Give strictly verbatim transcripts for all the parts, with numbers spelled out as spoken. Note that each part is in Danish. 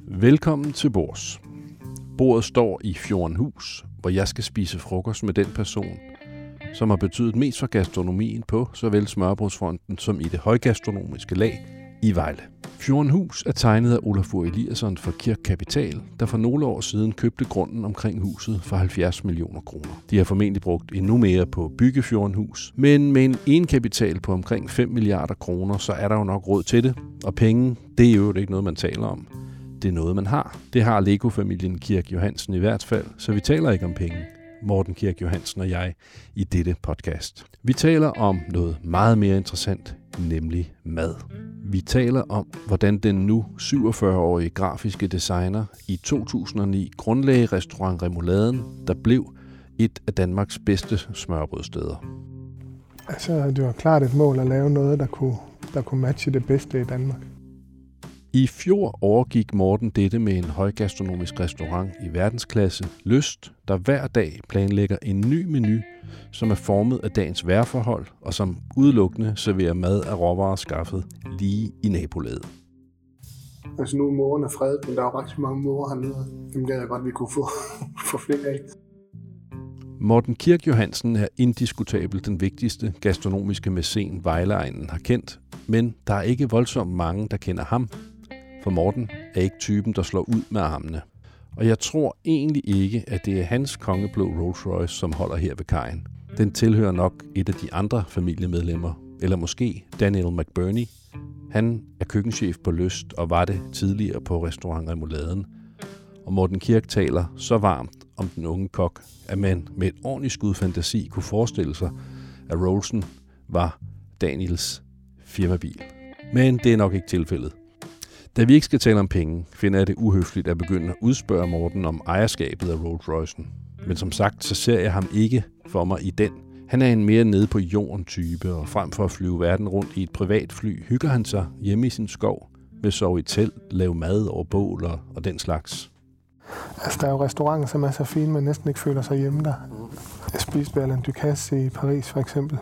Velkommen til bords. Bordet står i Fjordenhus, hvor jeg skal spise frokost med den person, som har betydet mest for gastronomien på såvel smørrebrødsfronten som i det højgastronomiske lag i Vejle. Fjordenhus er tegnet af Olafur Eliasson for Kirk Kapital, der for nogle år siden købte grunden omkring huset for halvfjerds millioner kroner. De har formentlig brugt endnu mere på at bygge Fjordenhus, men med en egenkapital på omkring fem milliarder kroner, så er der jo nok råd til det, og penge, det er jo ikke noget, man taler om. Det er noget, man har. Det har Lego-familien Kirk Johansen i hvert fald, så vi taler ikke om penge, Morten Kirk Johansen og jeg, i dette podcast. Vi taler om noget meget mere interessant, nemlig mad. Vi taler om, hvordan den nu syvogfyrre-årige grafiske designer i to tusind og ni grundlagde restaurant Remouladen, der blev et af Danmarks bedste smørrebrødsteder. Altså, det var klart et mål at lave noget, der kunne, der kunne matche det bedste i Danmark. I fjor overgik Morten dette med en højgastronomisk restaurant i verdensklasse, Lyst, der hver dag planlægger en ny menu, som er formet af dagens vejrforhold, og som udelukkende serverer mad af råvarer skaffet lige i nabolaget. Altså nu er mågerne fredet, men der er jo ret mange måger hernede. Dem gad jeg godt, vi kunne få, få flere af. Morten Kirk Johansen er indiskutabelt den vigtigste gastronomiske mæcen Vejleegnen har kendt, men der er ikke voldsomt mange, der kender ham. For Morten er ikke typen, der slår ud med armene. Og jeg tror egentlig ikke, at det er hans kongeblå Rolls Royce, som holder her ved kajen. Den tilhører nok et af de andre familiemedlemmer, eller måske Daniel McBurney. Han er køkkenchef på Lyst og var det tidligere på restaurant Remouladen. Og Morten Kirk taler så varmt om den unge kok, at man med et ordentligt skud fantasi kunne forestille sig, at Rollsen var Daniels firmabil. Men det er nok ikke tilfældet. Da vi ikke skal tale om penge, finder jeg det uhøfligt at begynde at udspørge Morten om ejerskabet af Rolls Royce'en. Men som sagt, så ser jeg ham ikke for mig i den. Han er en mere nede på jorden type, og frem for at flyve verden rundt i et privatfly, hygger han sig hjemme i sin skov med at sove i telt, lave mad over bål og, og den slags. Altså, der er jo restauranter, som er så fine, man næsten ikke føler sig hjemme der. Jeg spiste ved Alain Ducasse i Paris for eksempel.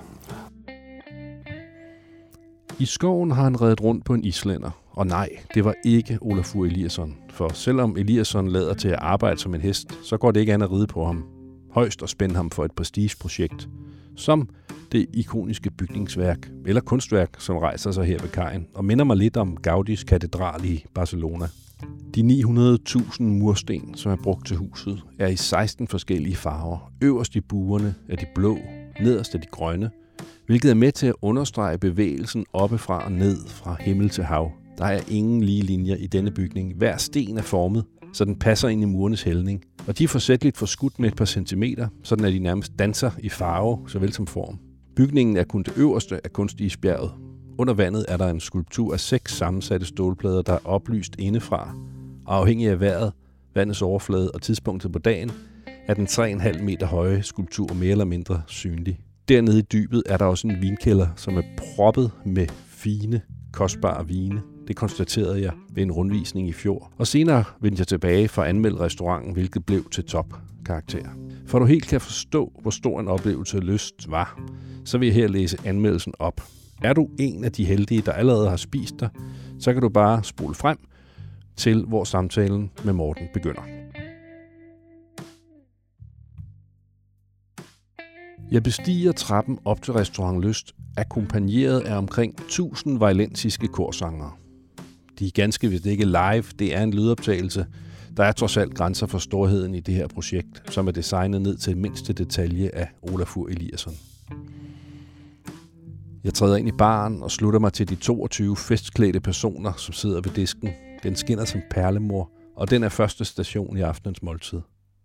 I skoven har han reddet rundt på en islænder. Og nej, det var ikke Olafur Eliasson. For selvom Eliasson lader til at arbejde som en hest, så går det ikke an at ride på ham. Højst at spænde ham for et prestigeprojekt. Som det ikoniske bygningsværk, eller kunstværk, som rejser sig her ved kajen, og minder mig lidt om Gaudis katedral i Barcelona. De ni hundrede tusind mursten, som er brugt til huset, er i seksten forskellige farver. Øverst i buerne er de blå, nederst er de grønne, hvilket er med til at understrege bevægelsen oppefra og ned fra himmel til hav. Der er ingen lige linjer i denne bygning. Hver sten er formet, så den passer ind i murenes hældning. Og de er forsætligt forskudt med et par centimeter, sådan at de nærmest danser i farve, såvel som form. Bygningen er kun det øverste af kunstisbjerget. Under vandet er der en skulptur af seks sammensatte stålplader, der er oplyst indefra. Og afhængig af vejret, vandets overflade og tidspunktet på dagen, er den tre komma fem meter høje skulptur mere eller mindre synlig. Dernede i dybet er der også en vinkælder, som er proppet med fine, kostbare vine. Det konstaterede jeg ved en rundvisning i fjor. Og senere vendte jeg tilbage for at anmelde restauranten, hvilket blev til top-karakter. For du helt kan forstå, hvor stor en oplevelse Lyst var, så vil jeg her læse anmeldelsen op. Er du en af de heldige, der allerede har spist der, så kan du bare spole frem til, hvor samtalen med Morten begynder. Jeg bestiger trappen op til restaurant Lyst, akkompagneret af omkring tusind vejlensiske korsangere. De er ganske vist ikke live, det er en lydoptagelse. Der er trods alt grænser for storheden i det her projekt, som er designet ned til mindste detalje af Olafur Eliasson. Jeg træder ind i baren og slutter mig til de toogtyve festklædte personer, som sidder ved disken. Den skinner som perlemor, og den er første station i aftenens måltid.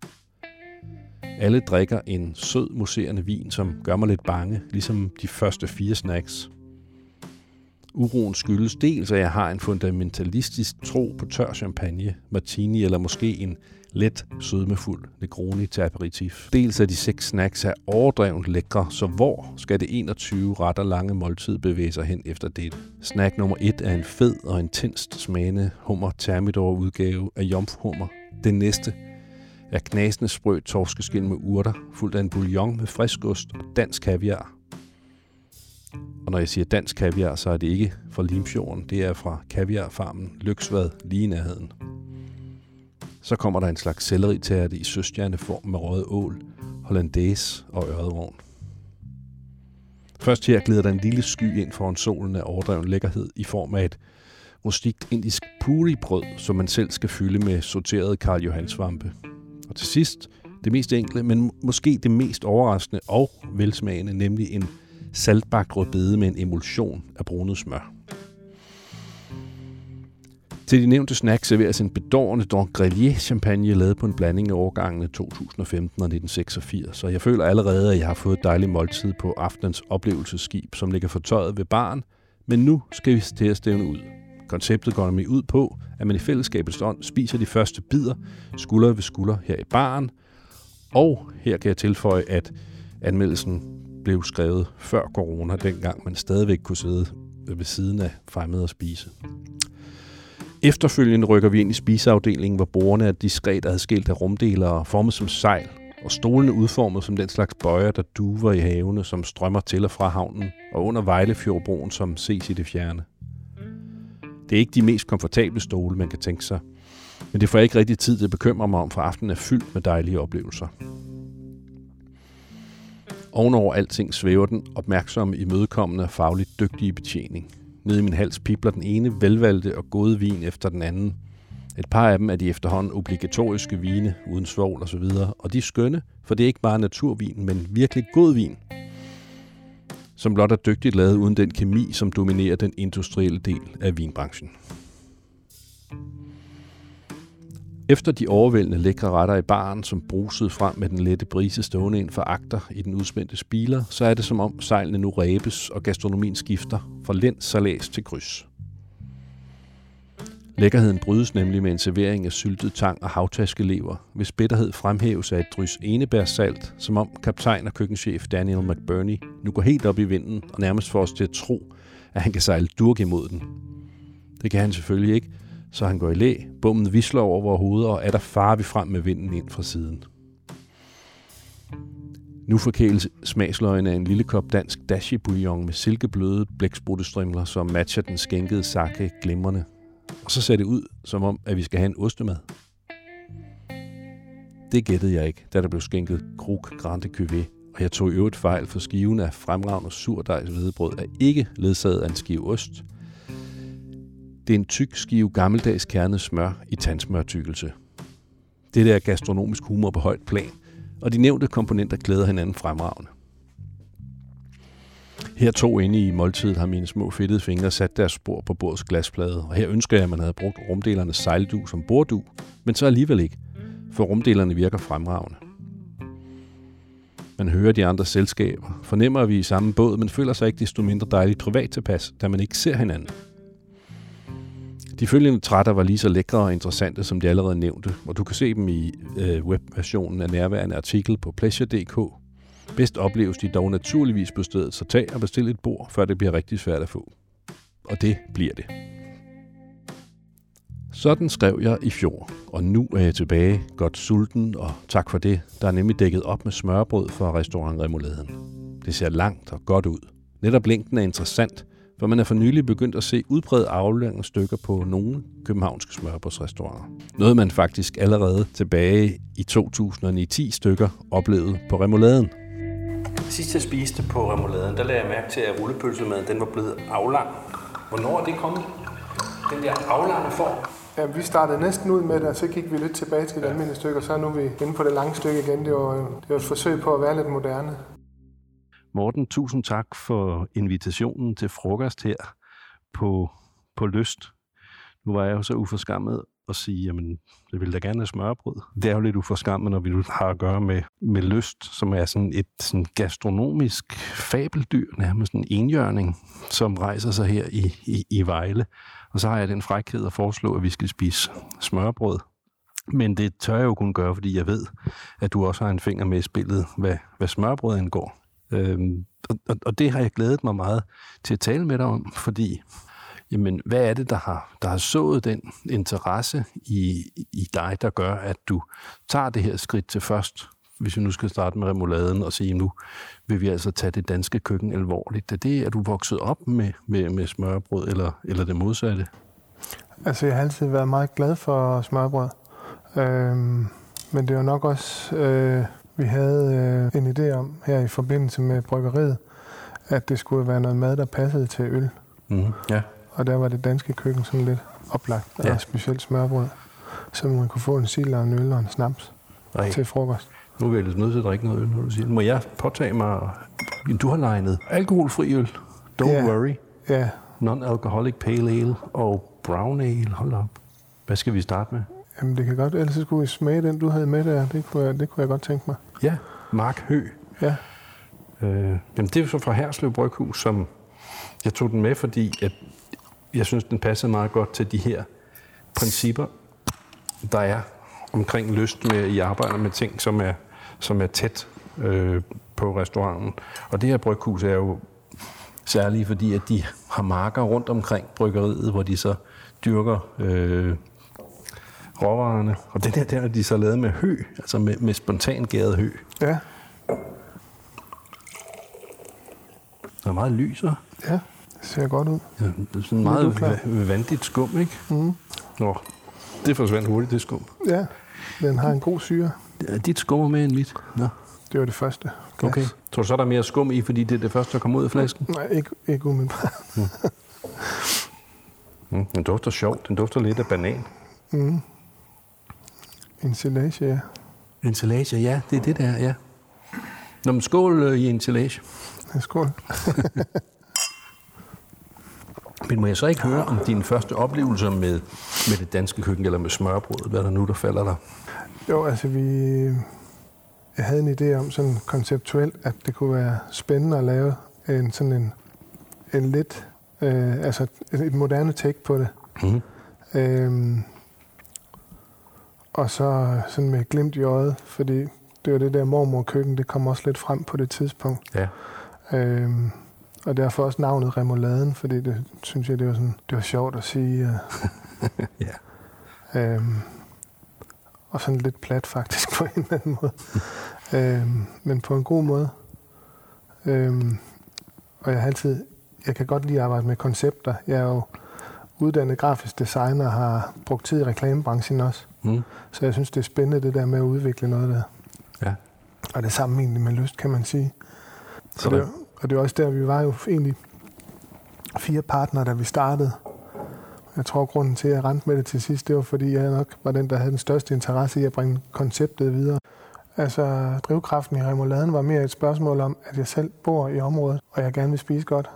Alle drikker en sød, mousserende vin, som gør mig lidt bange, ligesom de første fire snacks. Uroen skyldes dels, at jeg har en fundamentalistisk tro på tør champagne, martini eller måske en let sødmefuld Negroni til aperitif. Dels af de seks snacks er overdrevent lækre, så hvor skal det enogtyve retter lange måltid bevæge sig hen efter dette? Snack nummer et er en fed og intenst smagende hummer thermidor udgave af jomfruhummer. Den næste er knasende sprødt torskeskind med urter, fuldt af en bouillon med frisk ost og dansk kaviar. Og når jeg siger dansk kaviar, så er det ikke fra Limfjorden, det er fra kaviarfarmen Lyksvad lige i nærheden. Så kommer der en slags selleritærte i søstjerneform med røget ål, hollandaise og ørredvogn. Først her glider der en lille sky ind foran solen af overdreven lækkerhed i form af et rustikt indisk puri-brød, som man selv skal fylde med sorterede Karl Johan-svampe. Og til sidst, det mest enkle, men måske det mest overraskende og velsmagende, nemlig en saltbagt rødbede med en emulsion af brunet smør. Til de nævnte snacks serveres en bedårende Don Grelier champagne lavet på en blanding af årgangene to tusind og femten og nitten seksogfirs, så jeg føler allerede, at jeg har fået et dejligt måltid på aftenens oplevelsesskib, som ligger fortøjet ved baren, men nu skal vi til at stævne ud. Konceptet går nemlig ud på, at man i fællesskabets ånd spiser de første bidder, skulder ved skulder her i baren, og her kan jeg tilføje, at anmeldelsen blev skrevet før corona, dengang man stadigvæk kunne sidde ved siden af fremmede og spise. Efterfølgende rykker vi ind i spiseafdelingen, hvor bordene er diskret adskilt af rumdelere, formet som sejl, og stolene udformet som den slags bøjer, der duver i havene, som strømmer til og fra havnen, og under Vejlefjordbroen, som ses i det fjerne. Det er ikke de mest komfortable stole, man kan tænke sig, men det får jeg ikke rigtig tid til at bekymre mig om, for aftenen er fyldt med dejlige oplevelser. Ovenover alting svæver den opmærksomme, imødekommende og fagligt dygtige betjening. Nede i min hals pibler den ene velvalgte og gode vin efter den anden. Et par af dem er de efterhånden obligatoriske vine uden svovl og så videre, og de er skønne, for det er ikke bare naturvin, men virkelig god vin, som blot er dygtigt lavet uden den kemi, som dominerer den industrielle del af vinbranchen. Efter de overvældende lækre retter i baren, som brusede frem med den lette brise stående ind for agter i den udspændte spiler, så er det som om sejlene nu ræbes og gastronomien skifter fra læns salas til kryds. Lækkerheden brydes nemlig med en servering af syltet tang og havtaskelever, hvis bitterhed fremhæves af et drys enebærsalt, som om kaptajn og køkkenchef Daniel McBurney nu går helt op i vinden og nærmest får os til at tro, at han kan sejle durk imod den. Det kan han selvfølgelig ikke, så han går i læ, bommen visler over vores hoveder, og er der farer vi frem med vinden ind fra siden. Nu forkæles smagsløgene af en lille kop dansk dashi bouillon med silkebløde blæksprutestrimler, som matcher den skænkede sake glimrende. Og så ser det ud, som om, at vi skal have en ostemad. Det gættede jeg ikke, da der blev skænket Krug Grande Cuvée, og jeg tog i øvrigt fejl, for skiven af fremragende surdejs hvedebrød er ikke ledsaget af en skive ost. Det er en tyk skive gammeldags kernet smør i tandsmørtykkelse. Det der er gastronomisk humor på højt plan, og de nævnte komponenter glæder hinanden fremragende. Her to inde i måltidet har mine små fedtede fingre sat deres spor på bordets glasplade, og her ønsker jeg, at man havde brugt rumdelernes sejldu som borddu, men så alligevel ikke, for rumdelerne virker fremragende. Man hører de andre selskaber, fornemmer, at vi er i samme båd, men føler sig ikke desto mindre dejligt privat tilpas, da man ikke ser hinanden. De følgende trætter var lige så lækre og interessante, som de allerede nævnte, og du kan se dem i øh, webversionen af nærværende artikel på pleasure punktum d k. Bedst opleves de dog naturligvis på stedet, så tag og bestil et bord, før det bliver rigtig svært at få. Og det bliver det. Sådan skrev jeg i fjor, og nu er jeg tilbage, godt sulten, og tak for det. Der er nemlig dækket op med smørbrød fra restaurant Remouladen. Det ser langt og godt ud. Netop længden er interessant, for man er for nylig begyndt at se udbredt afleveringsstykker på nogle københavnske smørbrødsrestauranter. Noget man faktisk allerede tilbage i to tusind og ni ti stykker oplevede på Remouladen. Sidst jeg spiste på Remouladen, der lagde jeg mærke til, at rullepølsemaden den var blevet aflang. Hvornår er det kommet? Den der aflange form? Ja, vi startede næsten ud med det, og så gik vi lidt tilbage til et ja. almindeligt stykke, og så er nu vi inde på det lange stykke igen. Det var, det var et forsøg på at være lidt moderne. Morten, tusind tak for invitationen til frokost her på, på Lyst. Nu var jeg jo så uforskammet at sige, jamen, jeg vil da gerne have smørbrød. Det er jo lidt uforskammet, når vi nu har at gøre med, med Lyst, som er sådan et sådan gastronomisk fabeldyr, nærmest en enhjørning, som rejser sig her i, i, i Vejle. Og så har jeg den frækhed at foreslå, at vi skal spise smørbrød. Men det tør jeg jo kun gøre, fordi jeg ved, at du også har en finger med i spillet, hvad, hvad smørbrød angår. Øhm, og, og det har jeg glædet mig meget til at tale med dig om, fordi jamen, hvad er det, der har, der har sået den interesse i, i dig, der gør, at du tager det her skridt til først, hvis vi nu skal starte med remouladen og sige, nu vil vi altså tage det danske køkken alvorligt. Er det, er du vokset op med, med, med smørbrød, eller, eller det modsatte? Altså, jeg har altid været meget glad for smørbrød. Øhm, men det var nok også, øh, vi havde øh, en idé om her i forbindelse med bryggeriet, at det skulle være noget mad, der passede til øl. Mm-hmm. Ja. Og der var det danske køkken sådan lidt oplagt, ja. Og specielt smørbrød, så man kunne få en sild og en øl og en snaps Ej. til frokost. Nu er vi ellers nødt til at drikke noget øl, når du siger. Må jeg påtage mig, du har legnet alkoholfri øl, Don't ja. Worry, ja. Non-Alcoholic Pale Ale og Brown Ale. Hold op. Hvad skal vi starte med? Jamen det kan godt, ellers skulle vi smage den, du havde med der. Det kunne jeg, det kunne jeg godt tænke mig. Ja, Mark Hø. Ja. Øh, jamen det er jo så fra Herslev Bryghus, som jeg tog den med, fordi at jeg synes, den passer meget godt til de her principper, der er omkring lyst med, I arbejder med ting, som er, som er tæt øh, på restauranten. Og det her bryghus er jo særligt, fordi at de har marker rundt omkring bryggeriet, hvor de så dyrker øh, råvarerne. Og det der, der er de så lavet med hø, altså med, med spontangæret hø. Ja. Der er meget lys, så. Ja, det ser godt ud. Ja, det er sådan meget vandigt skum, ikke? Mm. Nå, det forsvandt hurtigt, det skum. Ja, den har en god syre. Ja, dit skummer med end mit. Nå. Det var det første glas. Okay. Tror du så, der er mere skum i, fordi det er det første, der kommer ud af flasken? Nej, ikke, ikke umiddelbart. Mm. Mm, den dufter sjovt. Den dufter lidt af banan. Mm. Ensilage, ja. Ensilage, ja. Det er det der, ja. Nå, men skål øh, i ensilage. Ja, skål. Men må jeg så ikke høre om dine første oplevelser med, med det danske køkken, eller med smørbrød, hvad der nu, der falder der? Jo, altså vi... Jeg havde en idé om sådan konceptuelt, at det kunne være spændende at lave en sådan en, en lidt... Øh, altså et, et moderne take på det. Mm-hmm. Øhm, og så sådan med glimt i øjet, fordi det var det der mormorkøkken, det kom også lidt frem på det tidspunkt. Ja. Øhm, og derfor også navnet Remouladen, fordi det synes jeg, det var, sådan, det var sjovt at sige. Uh, ja. øhm, og sådan lidt plat faktisk på en eller anden måde. øhm, men på en god måde. Øhm, og jeg har altid, jeg kan godt lide at arbejde med koncepter. Jeg er jo uddannet grafisk designer og har brugt tid i reklamebranchen også. Mm. Så jeg synes, det er spændende det der med at udvikle noget der. Ja. Og det samme egentlig med lyst, kan man sige. Så det, og det er også der, vi var jo egentlig fire partnere, da vi startede. Jeg tror, grunden til, at jeg rendte med det til sidst, det var, fordi jeg nok var den, der havde den største interesse i at bringe konceptet videre. Altså, drivkraften i Remouladen var mere et spørgsmål om, at jeg selv bor i området, og jeg gerne vil spise godt.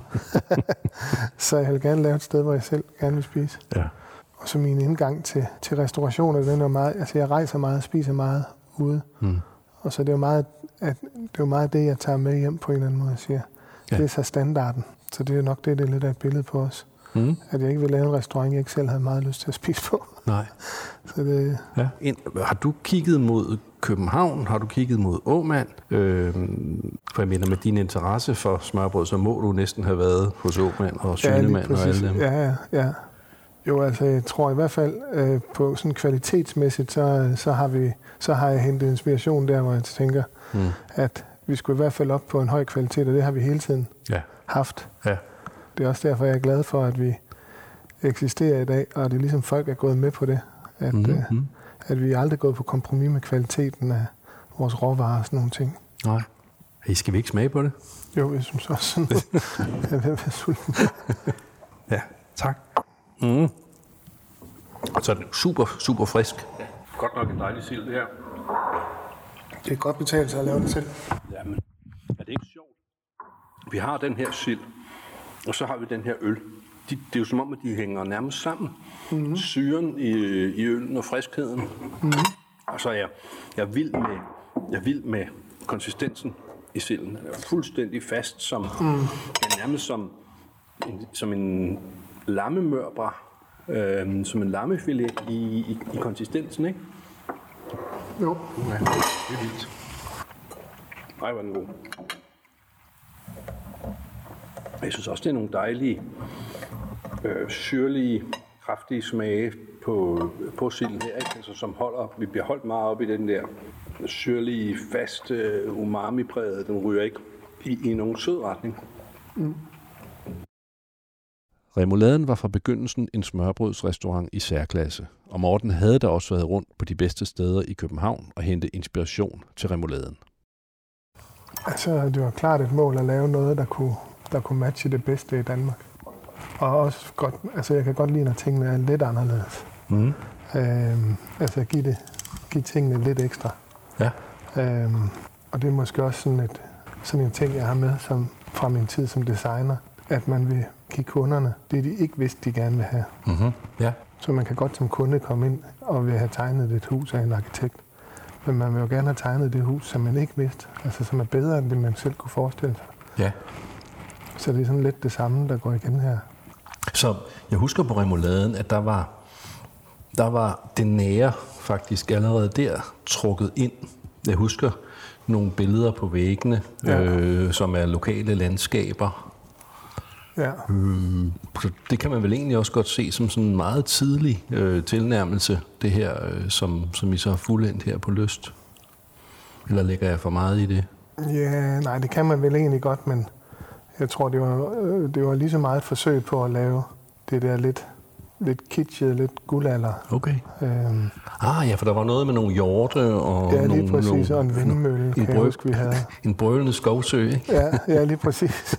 Så jeg vil gerne lave et sted, hvor jeg selv gerne vil spise. Ja. Og så min indgang til, til restaurationer, den er meget, altså jeg rejser meget og spiser meget ude. Mm. Og så det er jo meget, at, det er meget det, jeg tager med hjem på en eller anden måde, jeg siger. Ja. Det er så standarden. Så det er nok det, det er lidt af et billede på os. Mm. At jeg ikke vil lave en restaurant, jeg ikke selv havde meget lyst til at spise på. Nej. Så det... Ja. Har du kigget mod København? Har du kigget mod Åmand? Øh, for jeg mener, med din interesse for smørbrød, så må du næsten have været hos Åmand og Svinemand ja, og alle dem. Ja, ja, ja. Jo, altså jeg tror i hvert fald øh, på sådan kvalitetsmæssigt, så, så, har vi, så har jeg hentet inspiration der, hvor jeg tænker, mm. at vi skulle i hvert fald op på en høj kvalitet, og det har vi hele tiden ja. haft. Ja. Det er også derfor, jeg er glad for, at vi eksisterer i dag, og det er ligesom folk er gået med på det. At, mm-hmm. øh, at vi aldrig er gået på kompromis med kvaliteten af vores råvarer og sådan nogle ting. Nej. Hey, skal vi ikke smage på det? Jo, jeg synes også sådan noget. Jeg vil være sulten. Ja, tak. Mm. Og så er den super, super frisk. Ja. Godt nok en dejlig sild, det her. Det kan godt betale sig at lave det selv. Jamen, er det ikke sjovt? Vi har den her sild, og så har vi den her øl. De, det er jo som om, at de hænger nærmest sammen. Mm-hmm. Syren i, i øllen og friskheden. Mm-hmm. Og så er jeg, jeg, er vild med, jeg er vild med konsistensen i silden. Den er fuldstændig fast, som, mm. er nærmest som en, som en lammemørbrad. Øh, som en lammefilet i, i, i konsistensen, ikke? Jo. Ja, det er vildt. Ej, hvor er den god. Jeg synes også, det er nogle dejlige, øh, syrlige, kraftige smage på, på silden her, ikke? Altså, som holder, vi bliver holdt meget op i den der syrlige, faste, umami-præget. Den ryger ikke i, i nogen sød retning. Mm. Remouladen var fra begyndelsen en smørbrødsrestaurant i særklasse, og Morten havde da også været rundt på de bedste steder i København og hente inspiration til remouladen. Altså, det var klart et mål at lave noget, der kunne, der kunne matche det bedste i Danmark. Og også godt, altså jeg kan godt lide, når tingene er lidt anderledes. Mm. Øhm, altså give, det, give tingene lidt ekstra. Ja. Øhm, og det er måske også sådan, et, sådan en ting, jeg har med som, fra min tid som designer, at man vil give kunderne det, de ikke vidste, de gerne vil have. Mm-hmm. Ja. Så man kan godt som kunde komme ind og vil have tegnet et hus af en arkitekt. Men man vil jo gerne have tegnet det hus, som man ikke vidste. Altså som er bedre, end det man selv kunne forestille sig. Ja. Så det er sådan lidt det samme, der går igen her. Så jeg husker på remouladen, at der var, der var det nære faktisk allerede der trukket ind. Jeg husker nogle billeder på væggene, ja. øh, som er lokale landskaber. Ja. Øh, så det kan man vel egentlig også godt se som sådan en meget tidlig øh, tilnærmelse, det her, øh, som, som I så har fuldendt her på Lyst. Eller lægger jeg for meget i det? Ja, nej, det kan man vel egentlig godt, men jeg tror, det var, øh, det var lige så meget et forsøg på at lave det der lidt, lidt kitschede, lidt guldalder. Okay. Øhm, ah ja, for der var noget med nogle hjorte og ja, nogle... lige præcis, nogle, og en vindmølle, kan jeg huske, vi havde. En brølende skovsø, ikke? Ja, ja, lige præcis.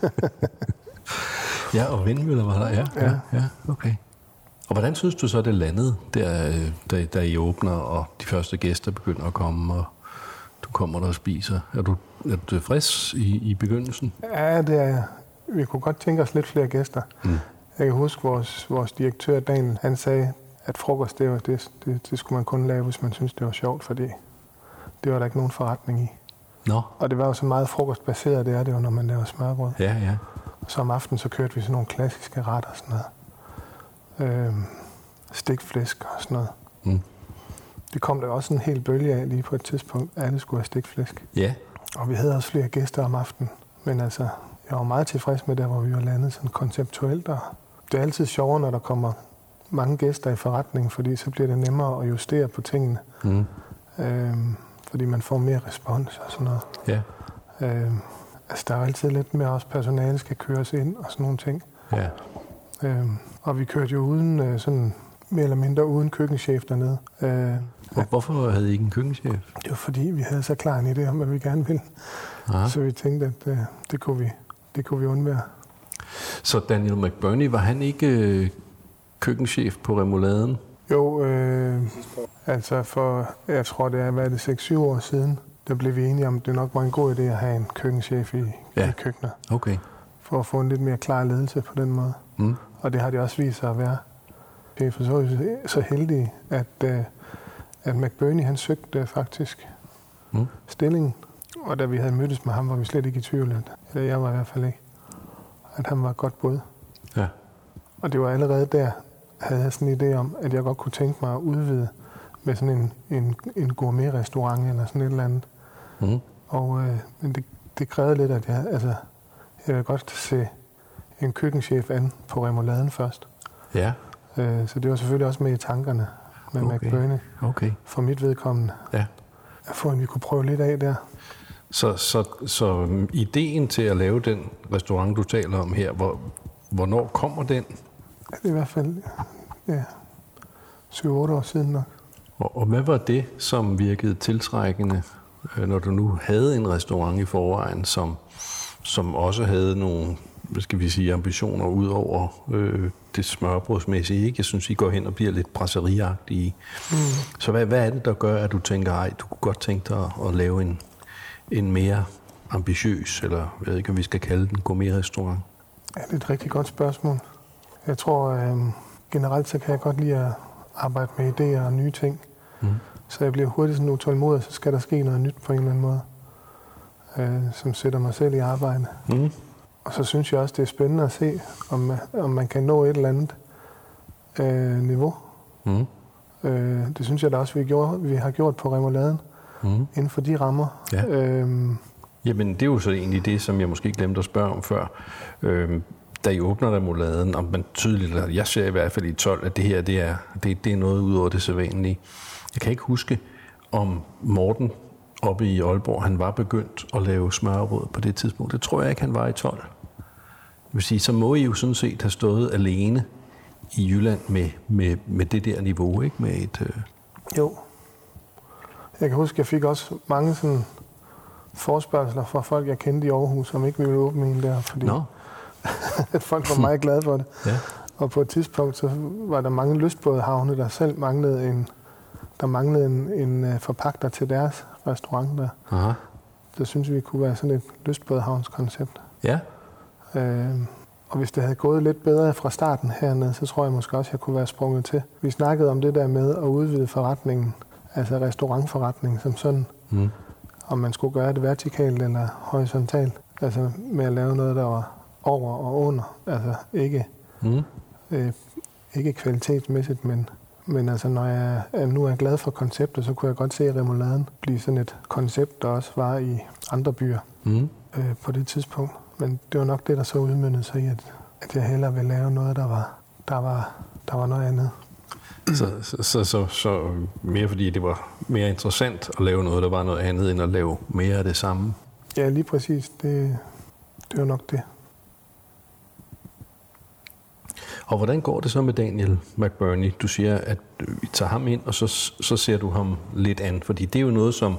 Ja, og vindmøller var der, ja. ja. ja, ja okay. Og hvordan synes du så, det landede, der, der, der I åbner, og de første gæster begynder at komme, og du kommer der og spiser? Er du, er du frisk i, i begyndelsen? Ja, det er jeg. Vi kunne godt tænke os lidt flere gæster. Mm. Jeg kan huske, vores, vores direktør, Daniel, han sagde, at frokost, det, var, det, det, det skulle man kun lave, hvis man synes det var sjovt, fordi det var der ikke nogen forretning i. Nå. Og det var jo så meget frokostbaseret, det er det jo, når man laver smørbrød. Ja, ja. Og så om aftenen, så kørte vi sådan nogle klassiske retter og sådan noget. Øhm, stikflæsk og sådan noget. Mm. Det kom der også en hel bølge af lige på et tidspunkt, at alle skulle have stikflæsk. Ja. Og vi havde også flere gæster om aftenen. Men altså, jeg var meget tilfreds med det, hvor vi var landet sådan konceptuelt. Og det er altid sjovere, når der kommer mange gæster i forretningen, fordi så bliver det nemmere at justere på tingene. Mm. Øhm, fordi man får mere respons og sådan noget. Ja. Øhm, altså, der er altid lidt mere også personale skal køres ind og sådan nogle ting. Ja. Øhm, og vi kørte jo uden, øh, sådan mere eller mindre uden køkkenchef dernede. Øh, og hvorfor havde I ikke en køkkenchef? Det var fordi, vi havde så klar en idé om, hvad vi gerne ville. Aha. Så vi tænkte, at øh, det, kunne vi, det kunne vi undvære. Så Daniel McBurney, var han ikke øh, køkkenchef på remouladen? Jo, øh, altså for, jeg tror det er, hvad er det, seks syv år siden, der blev vi enige om, at det nok var en god idé at have en køkkenchef i, ja. i køkkenet. Okay. For at få en lidt mere klar ledelse på den måde. Mm. Og det har det også vist sig at være. Vi er så, så heldige, at, øh, at McBurney, han søgte faktisk mm. stillingen. Og da vi havde mødtes med ham, var vi slet ikke i tvivl, at, eller jeg var i hvert fald ikke, at han var et godt bud. Ja. Og det var allerede der, havde jeg sådan en idé om, at jeg godt kunne tænke mig at udvide med sådan en, en, en gourmet-restaurant eller sådan et eller andet. Mm. Og øh, men det, det krævede lidt, at jeg, altså, jeg vil godt se en køkkenchef an på remouladen først. Ja. Øh, så det var selvfølgelig også med i tankerne med okay. McBurney. Okay. For mit vedkommende. Ja. For at vi kunne prøve lidt af der. Så, så, så ideen til at lave den restaurant, du taler om her, hvor, hvornår kommer den? Ja, det er i hvert fald ja, syv otte år siden nok. Og, og hvad var det, som virkede tiltrækkende, når du nu havde en restaurant i forvejen, som, som også havde nogle, hvad skal vi sige, ambitioner ud over øh, det smørbrødsmæssige, ikke? Jeg synes, I går hen og bliver lidt brasseriagtige. Mm. Så hvad, hvad er det, der gør, at du tænker, ej, du kunne godt tænke dig at, at lave en, en mere ambitiøs, eller jeg ved ikke, om vi skal kalde den, gourmet-restaurant? Ja, det er et rigtig godt spørgsmål. Jeg tror, øh, generelt så kan jeg godt lide at arbejde med idéer og nye ting. Mm. Så jeg bliver hurtigt sådan utålmodig, så skal der ske noget nyt på en eller anden måde, øh, som sætter mig selv i arbejde. Mm. Og så synes jeg også, det er spændende at se, om, om man kan nå et eller andet øh, niveau. Mm. Øh, det synes jeg da også, vi, gjorde, vi har gjort på remouladen, mm. inden for de rammer. Ja. Øhm. Jamen, det er jo så egentlig det, som jeg måske glemte at spørge om før. Øhm, da I åbner remouladen, om man tydeligt, eller jeg ser i hvert fald i tolv, at det her det er, det, det er noget ud over det sædvanlige. Jeg kan ikke huske, om Morten oppe i Aalborg, han var begyndt at lave smørbrød på det tidspunkt. Det tror jeg ikke, han var i tolv. vil sige, så må I jo sådan set have stået alene i Jylland med, med, med det der niveau, ikke? Med et, øh... Jo. Jeg kan huske, jeg fik også mange sådan forespørgsler fra folk, jeg kendte i Aarhus, som ikke ville åbne en der, fordi no. at folk var meget glade for det. Ja. Og på et tidspunkt, så var der mange lystbådehavne, der selv manglede en, der manglede en, en forpagter til deres restaurant der. Aha. Det synes vi kunne være sådan et lystbådehavnskoncept. Ja. Øh, og hvis det havde gået lidt bedre fra starten hernede, så tror jeg måske også, at jeg kunne være sprunget til. Vi snakkede om det der med at udvide forretningen, altså restaurantforretningen som sådan. Mm. Om man skulle gøre det vertikalt eller horisontalt. Altså med at lave noget, der var over og under. Altså ikke, mm. øh, ikke kvalitetsmæssigt, men, men altså når jeg er, nu er glad for konceptet, så kunne jeg godt se Remouladen blive sådan et koncept, der også var i andre byer mm. øh, på det tidspunkt. Men det var nok det, der så udmyndede sig i, at, at jeg hellere ville lave noget, der var, der var, der var noget andet. Så, så, så, så, så mere fordi det var mere interessant at lave noget, der var noget andet, end at lave mere af det samme? Ja, lige præcis. Det, det var nok det. Og hvordan går det så med Daniel McBurney? Du siger, at vi tager ham ind, og så, så ser du ham lidt an. Fordi det er jo noget, som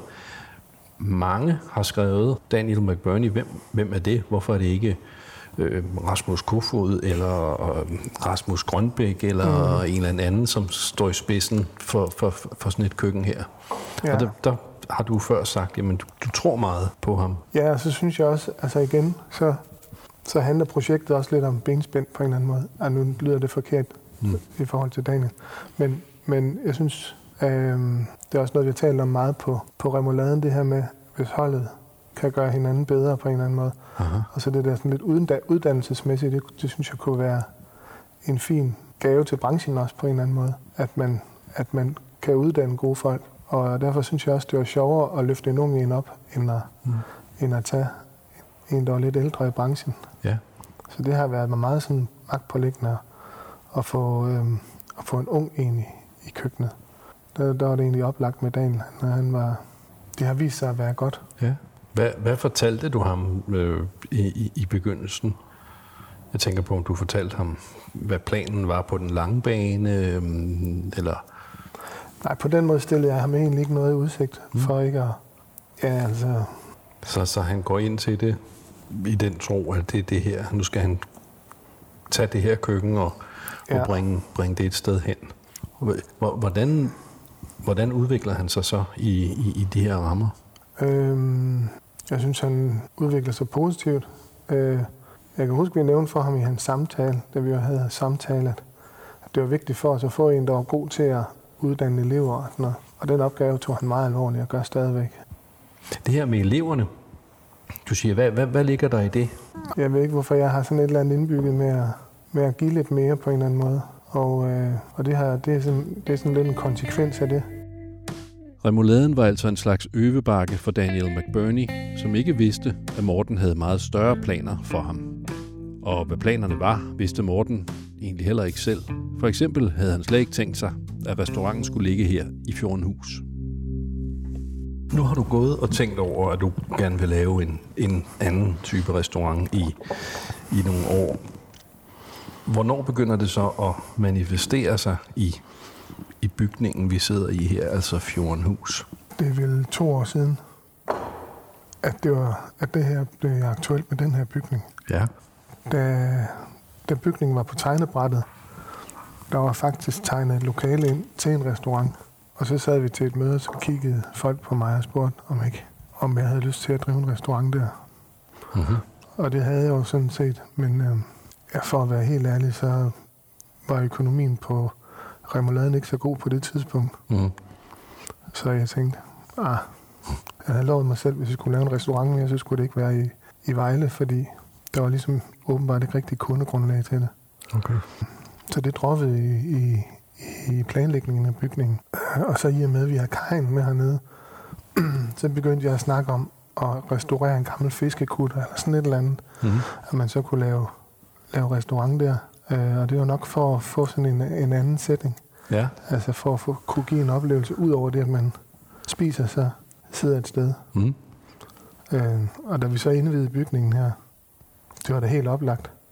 mange har skrevet. Daniel McBurney, hvem, hvem er det? Hvorfor er det ikke øh, Rasmus Kofoed, eller øh, Rasmus Grønbæk, eller mm. en eller anden, som står i spidsen for, for, for sådan et køkken her? Ja. Og der, der har du før sagt, jamen du, du tror meget på ham. Ja, og så synes jeg også, altså igen, så... så handler projektet også lidt om benspænd på en eller anden måde. Og nu lyder det forkert mm. i forhold til Daniel. Men, men jeg synes, øh, det er også noget, vi har talt om meget på, på Remouladen, det her med, hvis holdet kan gøre hinanden bedre på en eller anden måde. Aha. Og så det der sådan lidt uddannelsesmæssigt, det, det synes jeg kunne være en fin gave til branchen også på en eller anden måde. At man, at man kan uddanne gode folk. Og derfor synes jeg også, det var sjovere at løfte en ung en op, end at, mm. end at tage en, der var lidt ældre i branchen. Ja. Så det har været meget sådan magtpåliggende at få, øhm, at få en ung en i, i køkkenet. Der, der var det egentlig oplagt med Daniel, når han var... Det har vist sig at være godt. Ja. Hvad, hvad fortalte du ham øh, i, i begyndelsen? Jeg tænker på, om du fortalte ham, hvad planen var på den lange bane, øh, eller... Nej, på den måde stillede jeg ham egentlig ikke noget i udsigt, mm. for ikke at... Ja, altså... Så, så han går ind til det i den tro, at det er det her. Nu skal han tage det her køkken og, ja. og bringe, bringe det et sted hen. Hvordan, hvordan udvikler han sig så i, i, i de her rammer? Øhm, jeg synes, han udvikler sig positivt. Øh, jeg kan huske, at vi nævnte for ham i hans samtale, da vi havde samtale, at det var vigtigt for os at få en, der var god til at uddanne elever. Og, og den opgave tog han meget alvorligt og gør stadigvæk. Det her med eleverne, du siger, hvad, hvad, hvad ligger der i det? Jeg ved ikke, hvorfor jeg har sådan et eller andet indbygget med at, med at give lidt mere på en eller anden måde. Og, øh, og det, her, det, er sådan, det er sådan lidt en konsekvens af det. Remouladen var altså en slags øvebakke for Daniel McBurney, som ikke vidste, at Morten havde meget større planer for ham. Og hvad planerne var, vidste Morten egentlig heller ikke selv. For eksempel havde han slet ikke tænkt sig, at restauranten skulle ligge her i Fjordenhus. Nu har du gået og tænkt over, at du gerne vil lave en, en anden type restaurant i, i nogle år. Hvornår begynder det så at manifestere sig i, i bygningen, vi sidder i her, altså Fjordenhus? Det er vel to år siden, at det, var, at det her blev aktuelt med den her bygning. Ja. Da, da bygningen var på tegnebrættet, der var faktisk tegnet et lokale ind til en restaurant. Og så sad vi til et møde, så kiggede folk på mig og spurgte, om ikke, om jeg havde lyst til at drive en restaurant der. Mm-hmm. Og det havde jeg jo sådan set, men øh, ja, for at være helt ærlig, så var økonomien på Remouladen ikke så god på det tidspunkt. Mm-hmm. Så jeg tænkte, ah, jeg havde lovet mig selv, hvis jeg skulle lave en restaurant mere, så skulle det ikke være i, i Vejle, fordi der var ligesom åbenbart ikke rigtig kundegrundlag til det. Okay. Så det droppede i, i i planlægningen af bygningen. Og så i og med, at vi har kajen med hernede, så begyndte jeg at snakke om at restaurere en gammel fiskekutter, eller sådan et eller andet, mm-hmm. at man så kunne lave, lave restaurant der. Og det var nok for at få sådan en, en anden setting. Ja. Altså for at få, kunne give en oplevelse, ud over det, at man spiser, så sidder et sted. Mm. Og da vi så indvidede bygningen her, det var da helt oplagt.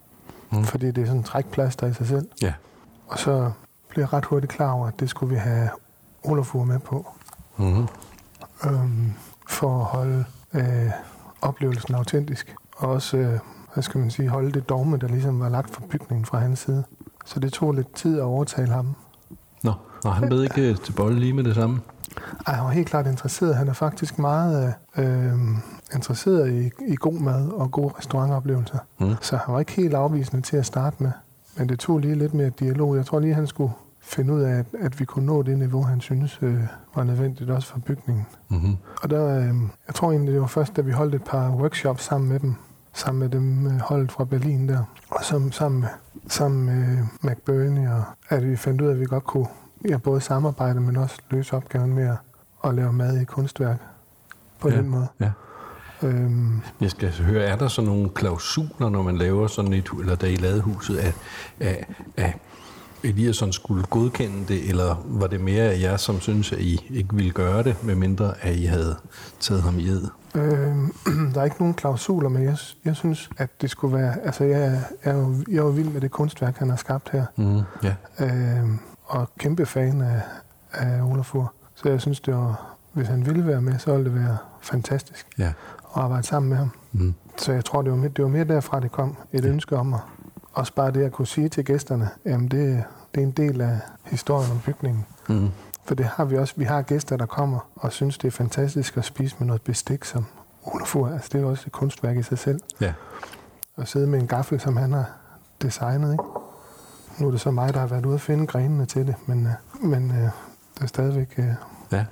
mm. fordi det er sådan en trækplaster i sig selv. Ja. Og så blev jeg ret hurtigt klar over, at det skulle vi have Olafur med på. Mm-hmm. Øhm, for at holde øh, oplevelsen autentisk. Og også, øh, hvad skal man sige, holde det dogme, der ligesom var lagt for bygningen fra hans side. Så det tog lidt tid at overtale ham. Nå, og han blev ikke til bolle lige med det samme? Ej, han var helt klart interesseret. Han er faktisk meget øh, interesseret i, i god mad og gode restaurantoplevelser. Mm. Så han var ikke helt afvisende til at starte med. Men det tog lige lidt mere dialog. Jeg tror lige, han skulle finde ud af, at, at vi kunne nå det niveau, han synes øh, var nødvendigt også for bygningen. Mm-hmm. Og der, øh, jeg tror egentlig, det var først, da vi holdt et par workshops sammen med dem, sammen med dem øh, holdet fra Berlin der, og som, sammen med, sammen med McBurney, og at vi fandt ud af, at vi godt kunne ja, både samarbejde, men også løse opgaven med at, at lave mad i kunstværk på ja, den måde. Ja. Øhm, jeg skal høre, er der så nogle klausuler, når man laver sådan et, eller da I lavede huset, at, at, at Eliasson skulle godkende det, eller var det mere af jer, som synes, at I ikke ville gøre det, medmindre at I havde taget ham i ed? Øhm, der er ikke nogen klausuler, men jeg, jeg synes, at det skulle være... Altså, jeg, jeg, er jo, jeg er jo vild med det kunstværk, han har skabt her. Mm, ja. øhm, og kæmpe fan af, af Olafur. Så jeg synes, det var, hvis han ville være med, så ville det være fantastisk ja. at arbejde sammen med ham. Mm. Så jeg tror, det var, mere, det var mere derfra, det kom. Et ja. ønske om at også bare det at kunne sige til gæsterne, jamen det, det er en del af historien om bygningen. Mm. For det har vi også. Vi har gæster, der kommer og synes, det er fantastisk at spise med noget bestik som Olafur. Altså det er også et kunstværk i sig selv. Ja. At sidde med en gaffel, som han har designet, ikke? Nu er det så mig, der har været ude at finde grenene til det, men, men øh, der er stadigvæk... Øh, ja.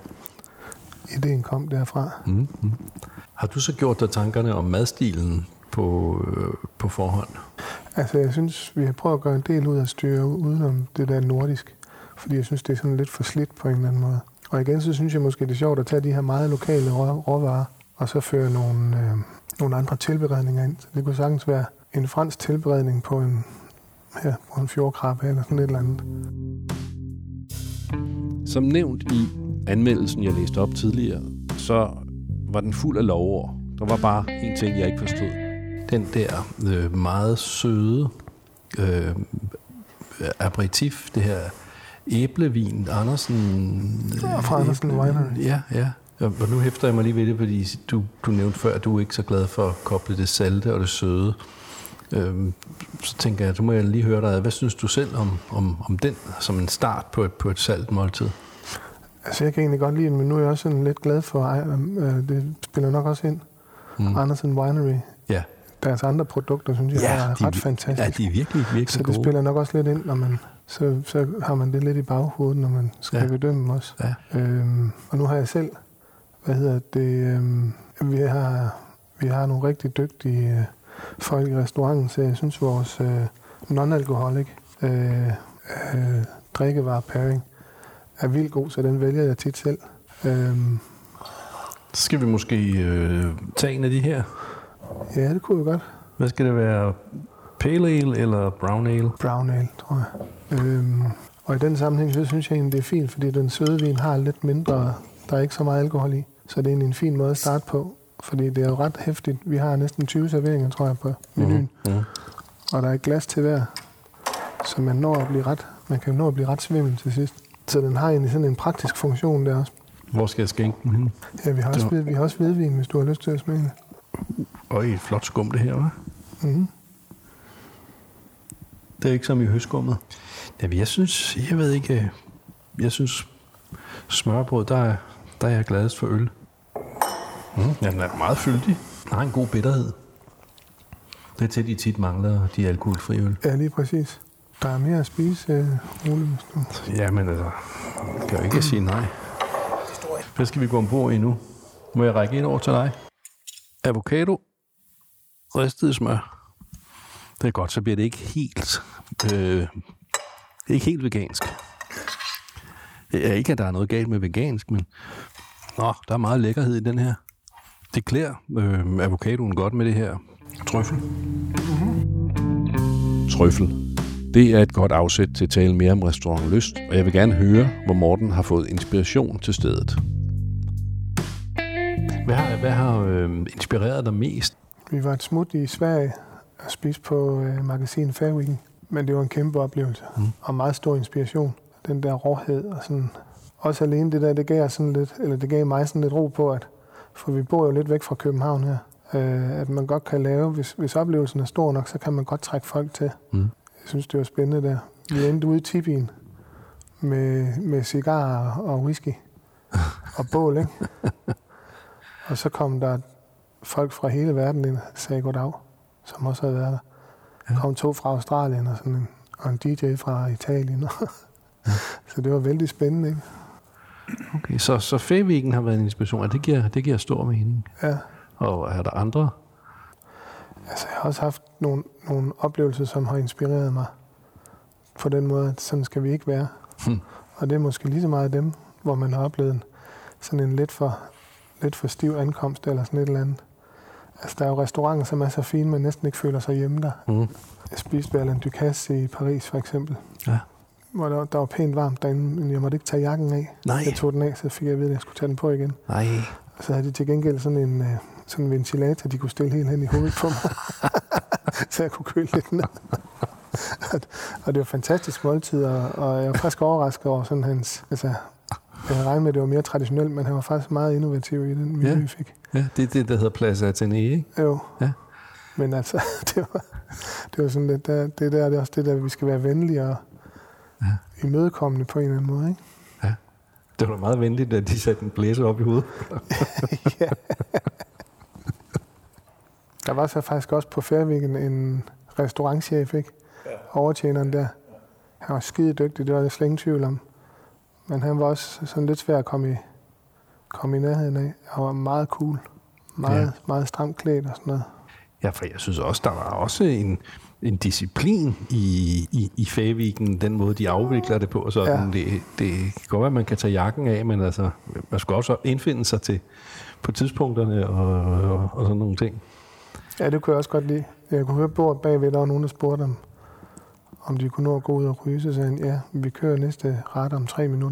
Ideen kom derfra. Mm-hmm. Har du så gjort dig tankerne om madstilen på, øh, på forhånd? Altså, jeg synes, vi har prøvet at gøre en del ud af styre udenom det der nordisk, fordi jeg synes, det er sådan lidt for slidt på en eller anden måde. Og igen, så synes jeg måske, det er sjovt at tage de her meget lokale rå- råvarer, og så føre nogle, øh, nogle andre tilberedninger ind. Så det kunne sagtens være en fransk tilberedning på en, ja, på en fjordkrabbe eller sådan et eller andet. Som nævnt i anmeldelsen, jeg læste op tidligere, så var den fuld af lovord. Der var bare en ting, jeg ikke forstod. Den der øh, meget søde øh, aperitif, det her æblevin, Andersen... Ja, fra Andersen Winery. Ja, ja. Og nu hæfter jeg mig lige ved det, fordi du, du nævnte før, at du er ikke så glad for at koble det salte og det søde. Øhm, så tænker jeg, du må jeg lige høre dig. Hvad synes du selv om, om, om den som en start på et, på et salt måltid? Altså, jeg kan egentlig godt lide den, men nu er jeg også sådan lidt glad for, øh, det spiller nok også ind. Mm. Andersen Winery. Ja. Deres andre produkter, synes jeg, ja, er ret de, fantastiske. Ja, de er virkelig, virkelig så gode. Så det spiller nok også lidt ind, når man, så, så har man det lidt i baghovedet, når man skal ja. bedømme dem også. Ja. Øhm, og nu har jeg selv, hvad hedder det, øhm, vi har, vi har nogle rigtig dygtige øh, folk i restauranten, så jeg synes, vores øh, non-alcoholic øh, øh, drikkevarer pairing er vildt god, så den vælger jeg tit selv. Øhm, så skal vi måske øh, tage en af de her. Ja, det kunne vi godt. Hvad skal det være? Pale ale eller brown ale? Brown ale, tror jeg. Øhm, og i den sammenhæng, så synes jeg egentlig, det er fint, fordi den søde vin har lidt mindre, der er ikke så meget alkohol i. Så det er egentlig en fin måde at starte på, fordi det er jo ret hæftigt. Vi har næsten tyve serveringer, tror jeg, på menuen. Mm-hmm. Og der er et glas til hver, så man når at blive ret, man kan nå at blive ret svimmel til sidst. Så den har egentlig sådan en praktisk funktion der også. Hvor skal jeg skænke den hen? Ja, vi har også, vi har også hvidvin, hvis du har lyst til at smage det. Og et flot skum det her, hva'? Mhm. Det er ikke som i høskummet. Ja, jeg synes, jeg ved ikke, jeg synes smørbrød, der er, der er jeg gladest for øl. Mm. Ja, den er meget fyldig. Den har en god bitterhed. Det er til, de tit mangler de alkoholfri øl. Ja, lige præcis. Der er mere at spise, uh, Ole, hvis du... Ja, men altså, jeg kan jo ikke sige nej. Hvad skal vi gå ombord i nu? Må jeg række ind over til dig? Avocado, ristet smør. Det er godt, så bliver det ikke helt, øh, ikke helt vegansk. Det er ikke, at der er noget galt med vegansk, men nå, der er meget lækkerhed i den her. Det klæder øh, avocadoen godt med det her trøffel. Mm-hmm. Trøffel. Det er et godt afsæt til at tale mere om Restaurant Lyst, og jeg vil gerne høre, hvor Morten har fået inspiration til stedet. Hvad har, hvad har øh, inspireret dig mest? Vi var et smut i Sverige at spise på øh, magasinet Fair Weekend. Men det var en kæmpe oplevelse, mm. og meget stor inspiration. Den der råhed og sådan. Også alene det der, det gav, sådan lidt, eller det gav mig sådan lidt ro på, at for vi bor jo lidt væk fra København her, øh, at man godt kan lave, hvis, hvis oplevelsen er stor nok, så kan man godt trække folk til. Mm. Jeg synes, det var spændende der. Vi endte ude i tipien med, med cigarer og whisky og bål, ikke? Og så kom der folk fra hele verden ind og sagde goddag, som også havde været der. Der kom to fra Australien og, sådan en, og en D J fra Italien. Så det var vældig spændende, ikke? Okay, så, så Fair Weekend har været en inspiration, og det giver, det giver stor mening. Ja. Og er der andre? Altså, jeg har også haft nogle, nogle oplevelser, som har inspireret mig på den måde, at sådan skal vi ikke være. Hmm. Og det er måske lige så meget dem, hvor man har oplevet en, sådan en lidt for, lidt for stiv ankomst eller sådan et eller andet. Altså, der er jo restauranter, som er så fine, man næsten ikke føler sig hjemme der. Mm. Jeg spiste ved Alain Ducasse i Paris, for eksempel. Ja. Hvor der, der var pænt varmt derinde, men jeg måtte ikke tage jakken af. Nej. Jeg tog den af, så fik jeg at vide, at jeg skulle tage den på igen. Nej. Og så havde de til gengæld sådan en, sådan en ventilator, de kunne stille helt hen i hovedet på mig. Så jeg kunne køle lidt ned. Og det var fantastisk måltid, og, og jeg var faktisk overrasket over sådan hans... Altså, jeg havde regnet med, at det var mere traditionelt, men han var faktisk meget innovativ i den menu, ja. vi fik. Ja, det er det, der hedder Plaza Athénée, ikke? Jo. Ja. Men altså, det var, det var sådan lidt, der, det der, det er også det der, vi skal være venlige og ja. imødekommende på en eller anden måde, ikke? Ja. Det var meget venligt, at de satte en blæser op i hovedet. Ja. Der var så faktisk også på Fair Weekend en restaurantchef, ikke? Ja. Overtjeneren der. Han var skide dygtig, det var der slet ingen tvivl om. Men han var også sådan lidt svær at komme i, komme i nærheden af. Han var meget cool. Meget, ja. meget stramt klædt og sådan noget. Ja, for jeg synes også, der var også en, en disciplin i, i, i Fair Weekend, den måde, de afvikler det på. Sådan. Ja. Det, det kan godt være, at man kan tage jakken af, men altså, man skal også indfinde sig til på tidspunkterne og, og, og sådan nogle ting. Ja, det kunne jeg også godt lide. Jeg kunne høre bordet bagved, der var nogen, der spurgte om, om de kunne nå at gå ud og ryge. Så sagde han, ja, vi kører næste ret om tre minutter.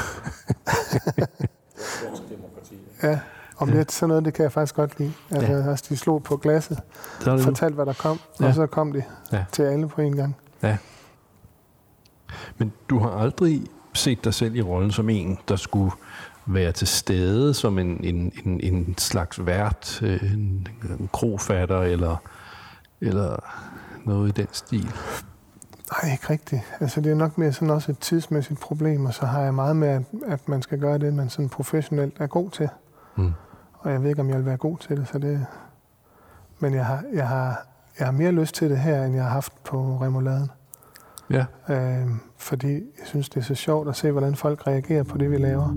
Ja, om det er sådan noget, det kan jeg faktisk godt lide. Altså, ja. altså de slog på glasset, fortalte, hvad der kom, ja. og så kom de ja. til alle på en gang. Ja. Men du har aldrig set dig selv i rollen som en, der skulle være til stede som en, en, en, en slags vært, en, en krofatter eller, eller noget i den stil? Nej, ikke rigtigt. Altså, det er nok mere sådan også et tidsmæssigt problem, og så har jeg meget med, at, at man skal gøre det, man sådan professionelt er god til. Mm. Og jeg ved ikke, om jeg vil være god til det, så det... Men jeg har, jeg har, jeg har mere lyst til det her, end jeg har haft på Remouladen. Ja. Øh, fordi jeg synes, det er så sjovt at se, hvordan folk reagerer på det, vi laver.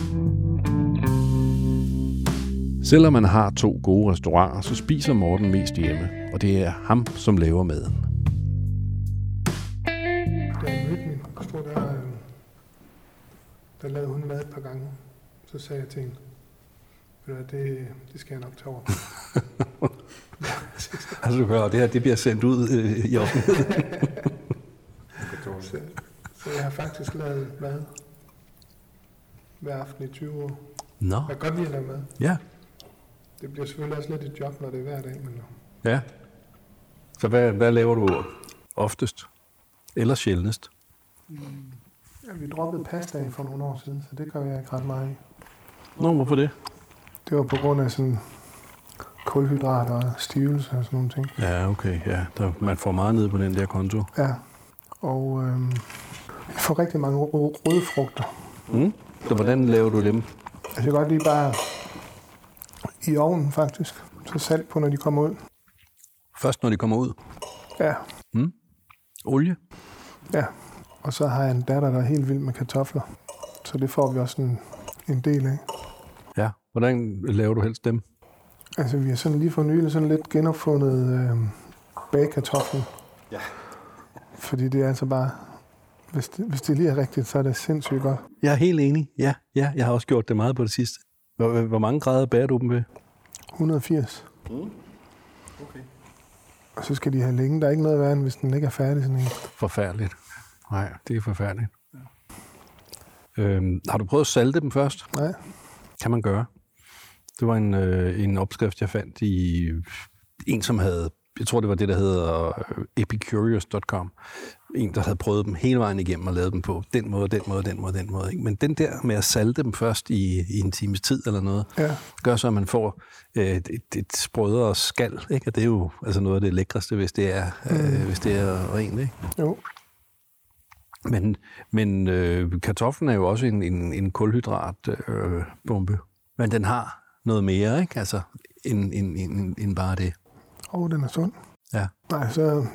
Selvom man har to gode restauranter, så spiser Morten mest hjemme, og det er ham, som laver maden. Da jeg mødte min hustru, der, der lavede hun mad et par gange. Så sagde jeg til hende, det, det skal jeg nok tage over. Altså du hører, det her det bliver sendt ud øh, i offentligheden. så, så jeg har faktisk lavet mad hver aften i tyve år. Nå. Jeg kan godt lide at lave mad. Ja. Det bliver selvfølgelig også lidt et job, når det er hver dag. Men... Ja. Så hvad, hvad laver du oftest? Eller sjældnest? Mm. Ja, vi droppede pasta for nogle år siden, så det gør jeg ikke ret meget i. Nå, hvorfor det? Det var på grund af sådan kulhydrater og stivelse og sådan nogle ting. Ja, okay. Ja. Der, man får meget ned på den der konto. Ja, og øhm, jeg får rigtig mange røde frugter. Mm. Så hvordan laver du dem? Altså, jeg kan godt lide bare i ovnen, faktisk. Så salt på, når de kommer ud. Først, når de kommer ud? Ja. Mm. Olie? Ja. Og så har jeg en datter, der er helt vild med kartofler. Så det får vi også en, en del af. Ja. Hvordan laver du helst dem? Altså, vi har sådan lige for nylig sådan lidt genopfundet øh, bagkartoflen. Ja. Fordi det er altså bare... Hvis det, hvis det lige er rigtigt, så er det sindssygt godt. Jeg er helt enig. Ja, ja, jeg har også gjort det meget på det sidste. Hvor, hvor mange grader bager du dem ved? et hundrede og firs. Mm. Okay. Og så skal de have længe. Der er ikke noget værre, end hvis den ikke er færdig. Sådan en. Forfærdeligt. Nej, det er forfærdeligt. Ja. Øhm, har du prøvet at salte dem først? Nej. Kan man gøre. Det var en, øh, en opskrift, jeg fandt i en, som havde jeg tror, det var det, der hedder epicurious punktum com. En, der havde prøvet dem hele vejen igennem og lavet dem på den måde, den måde, den måde, den måde. Ikke? Men den der med at salte dem først i, i en times tid eller noget, ja. gør så, at man får øh, et, et sprødere skal. Ikke? Og det er jo altså noget af det lækreste, hvis det er, mm. øh, hvis det er rent. Ikke? Jo. Men, men øh, kartoflen er jo også en, en, en kulhydratbombe. Øh, men den har noget mere, ikke? Altså, end, end, end, end bare det. Åh, oh, den er sund. Ja. Nej, så,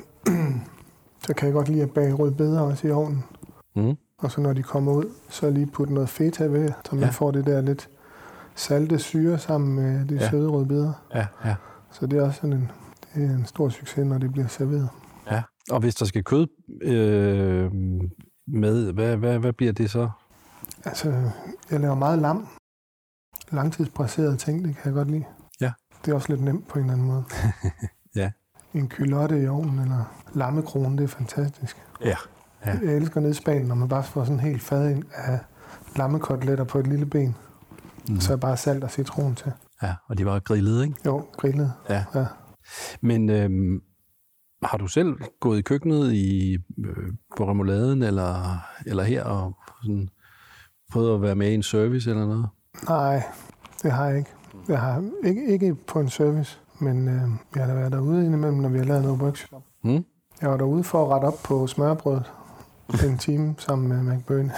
så kan jeg godt lide at bage rødbeder også i ovnen. Mm. Og så når de kommer ud, så lige putte noget feta ved, så man ja. får det der lidt salte syre sammen med de ja. søde rødbeder. Ja, ja. Så det er også sådan en, det er en stor succes, når det bliver serveret. Ja, og hvis der skal kød øh, med, hvad, hvad, hvad bliver det så? Altså, jeg laver meget lam. Langtidspresserede ting, det kan jeg godt lide. Ja. Det er også lidt nemt på en eller anden måde. ja. En kylotte i ovnen, eller lammekrone, det er fantastisk. Ja. ja. Jeg elsker nede i Spanien, når man bare får sådan en helt fad ind af lammekoteletter på et lille ben. Mm. Så er bare salt og citron til. Ja, og de var grillet, ikke? Jo, grillet. Ja. ja. Men øhm, har du selv gået i køkkenet i, øh, på remouladen, eller, eller her, og sådan, prøvet at være med i en service eller noget? Nej, det har jeg ikke. Jeg har ikke, ikke på en service, men øh, jeg har været derude indimellem, når vi har lavet noget workshop. Mm. Jeg var derude for at rette op på smørbrødet en time sammen med McBurney.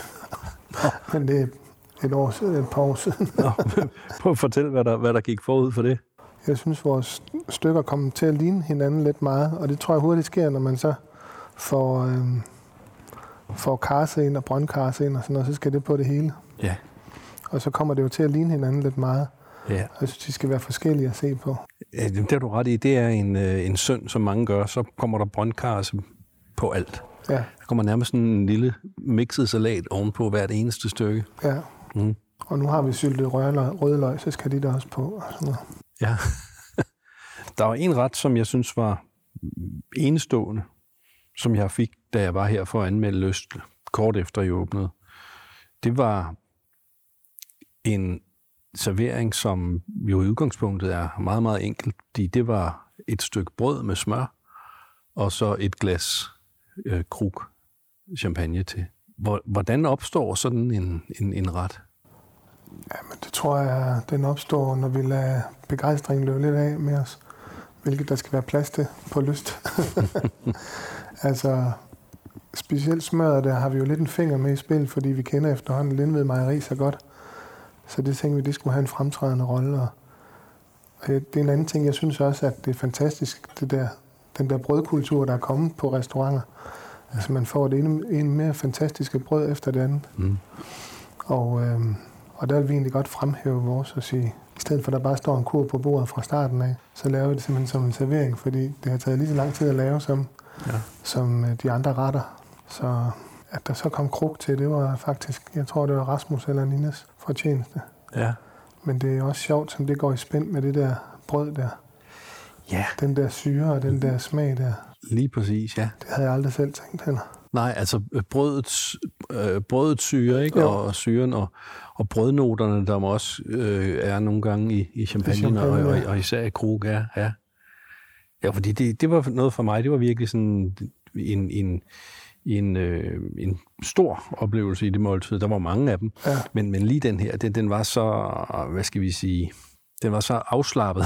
Men det er et, år, et par år siden. Prøv at fortælle, hvad der, hvad der gik forud for det. Jeg synes, vores stykker kommer til at ligne hinanden lidt meget, og det tror jeg hurtigt sker, når man så får, øh, får karse ind og brøndkarse ind og sådan noget, så skal det på det hele. Ja. Og så kommer det jo til at ligne hinanden lidt meget. Ja. Jeg synes, de skal være forskellige at se på. Ja, det har du ret i. Det er en, en synd, som mange gør. Så kommer der brøndkarse på alt. Ja. Der kommer nærmest sådan en lille mixet salat ovenpå hvert eneste stykke. Ja. Mm. Og nu har vi syltet rødløg, så skal de der også på. Og sådan noget. Ja. Der var en ret, som jeg synes var enestående, som jeg fik, da jeg var her for at anmelde Lyst, kort efter jeg åbnede. Det var en servering, som jo i udgangspunktet er meget, meget enkelt, fordi det var et stykke brød med smør, og så et glas øh, krug champagne til. Hvordan opstår sådan en, en, en ret? Jamen, det tror jeg, den opstår, når vi lader begejstringen løbe lidt af med os, hvilket der skal være plads til på Lyst. Altså, specielt smøret, der har vi jo lidt en finger med i spil, fordi vi kender efterhånden Lindved Mejeri så godt. Så det tænkte vi, det skulle have en fremtrædende rolle. Og det er en anden ting, jeg synes også, at det er fantastisk, det der, den der brødkultur, der er kommet på restauranter. Ja. Altså man får det ene, ene mere fantastiske brød efter det andet. Mm. Og, øhm, og der vil vi egentlig godt fremhæve vores og sige, i stedet for at der bare står en kur på bordet fra starten af, så laver vi det simpelthen som en servering, fordi det har taget lige så lang tid at lave som, ja. som de andre retter. Så at der så kom krug til, det var faktisk, jeg tror det var Rasmus eller Ninas fortjeneste. Ja. Men det er også sjovt, som det går i spænd med det der brød der. Ja. Den der syre og den der smag der. Lige præcis, ja. Det havde jeg aldrig selv tænkt heller. Nej, altså brødets, øh, brødets syre, ikke? Og syren og, og brødnoterne, der må også øh, er nogle gange i, i champagne, champagne og, og, og især i krug, ja. Ja, ja fordi det, det var noget for mig, det var virkelig sådan en, en, en, øh, en stor oplevelse i det måltid. Der var mange af dem, ja. men, men lige den her, den, den var så, hvad skal vi sige, den var så afslappet.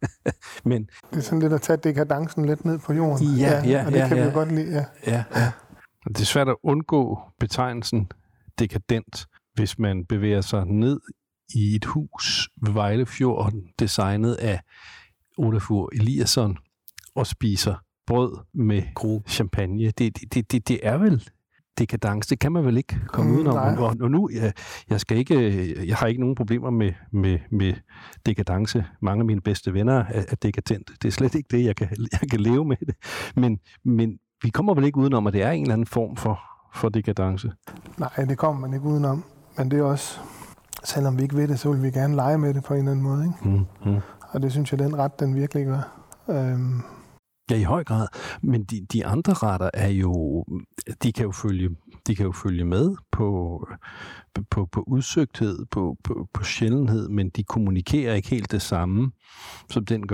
Men det er sådan lidt at tage dekadencen lidt ned på jorden. Ja, ja, og det ja, kan ja. vi godt lide, ja. Ja, ja. Det er svært at undgå betegnelsen dekadent, hvis man bevæger sig ned i et hus ved Vejlefjorden, designet af Olafur Eliasson, og spiser brød med krug champagne. Det, det, det, det er vel dekadence. Det kan man vel ikke komme mm, udenom. Og, og nu, jeg, jeg, skal ikke, jeg har ikke nogen problemer med, med, med dekadence. Mange af mine bedste venner er, er dekadent. Det er slet ikke det, jeg kan, jeg kan leve med det. Men, men vi kommer vel ikke udenom, at det er en eller anden form for, for dekadence. Nej, det kommer man ikke udenom. Men det er også, selvom vi ikke ved det, så vil vi gerne lege med det på en eller anden måde. Ikke? Mm, mm. Og det synes jeg, den ret, den virkelig gør. Øhm. Ja, i høj grad. Men de, de andre retter er jo, de kan jo følge, de kan jo følge med på, på, på udsøgthed, på, på, på sjældenhed, men de kommunikerer ikke helt det samme, som den gør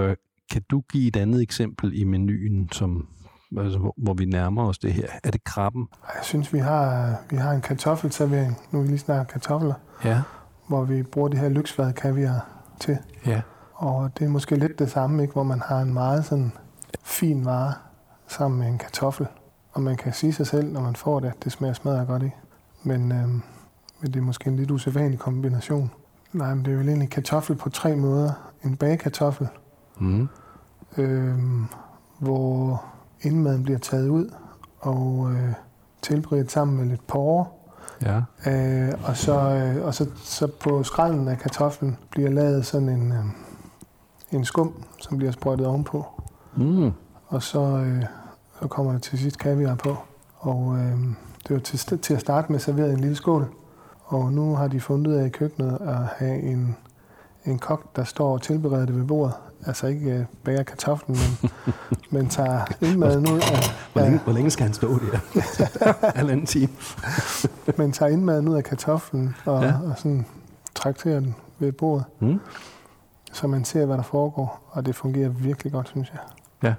kan du give et andet eksempel i menuen, som, altså, hvor, hvor vi nærmer os det her? Er det krabben? Jeg synes, vi har, vi har en kartoffelservering. Nu er vi lige snakker kartofler. Ja. Hvor vi bruger det her lyksvad kaviar til. Ja. Og det er måske lidt det samme, ikke? Hvor man har en meget sådan fin vare sammen med en kartoffel. Og man kan sige sig selv, når man får det, at det smager smadret godt i. Men, øhm, men det er måske en lidt usædvanlig kombination. Nej, men det er jo egentlig kartoffel på tre måder. En bagekartoffel, mm. øhm, hvor indmaden bliver taget ud og øh, tilberedt sammen med lidt porre. Ja. Øh, og så, øh, og så, så på skrællen af kartoflen bliver lavet sådan en, øh, en skum, som bliver sprøjtet ovenpå. Mm. Og så, øh, så kommer der til sidst kaviar på. Og øh, det var til, til at starte med serveret i en lille skål. Og nu har de fundet ud af i køkkenet at have en, en kok, der står og tilbereder det ved bordet. Altså ikke øh, bager kartoflen, men, men tager indmaden ud af... Hvor længe, hvor længe skal han stå der? Halvanden time. Men tager indmaden ud af kartoflen og, ja. og sådan trakterer den ved bordet. Mm. Så man ser, hvad der foregår. Og det fungerer virkelig godt, synes jeg. Ja.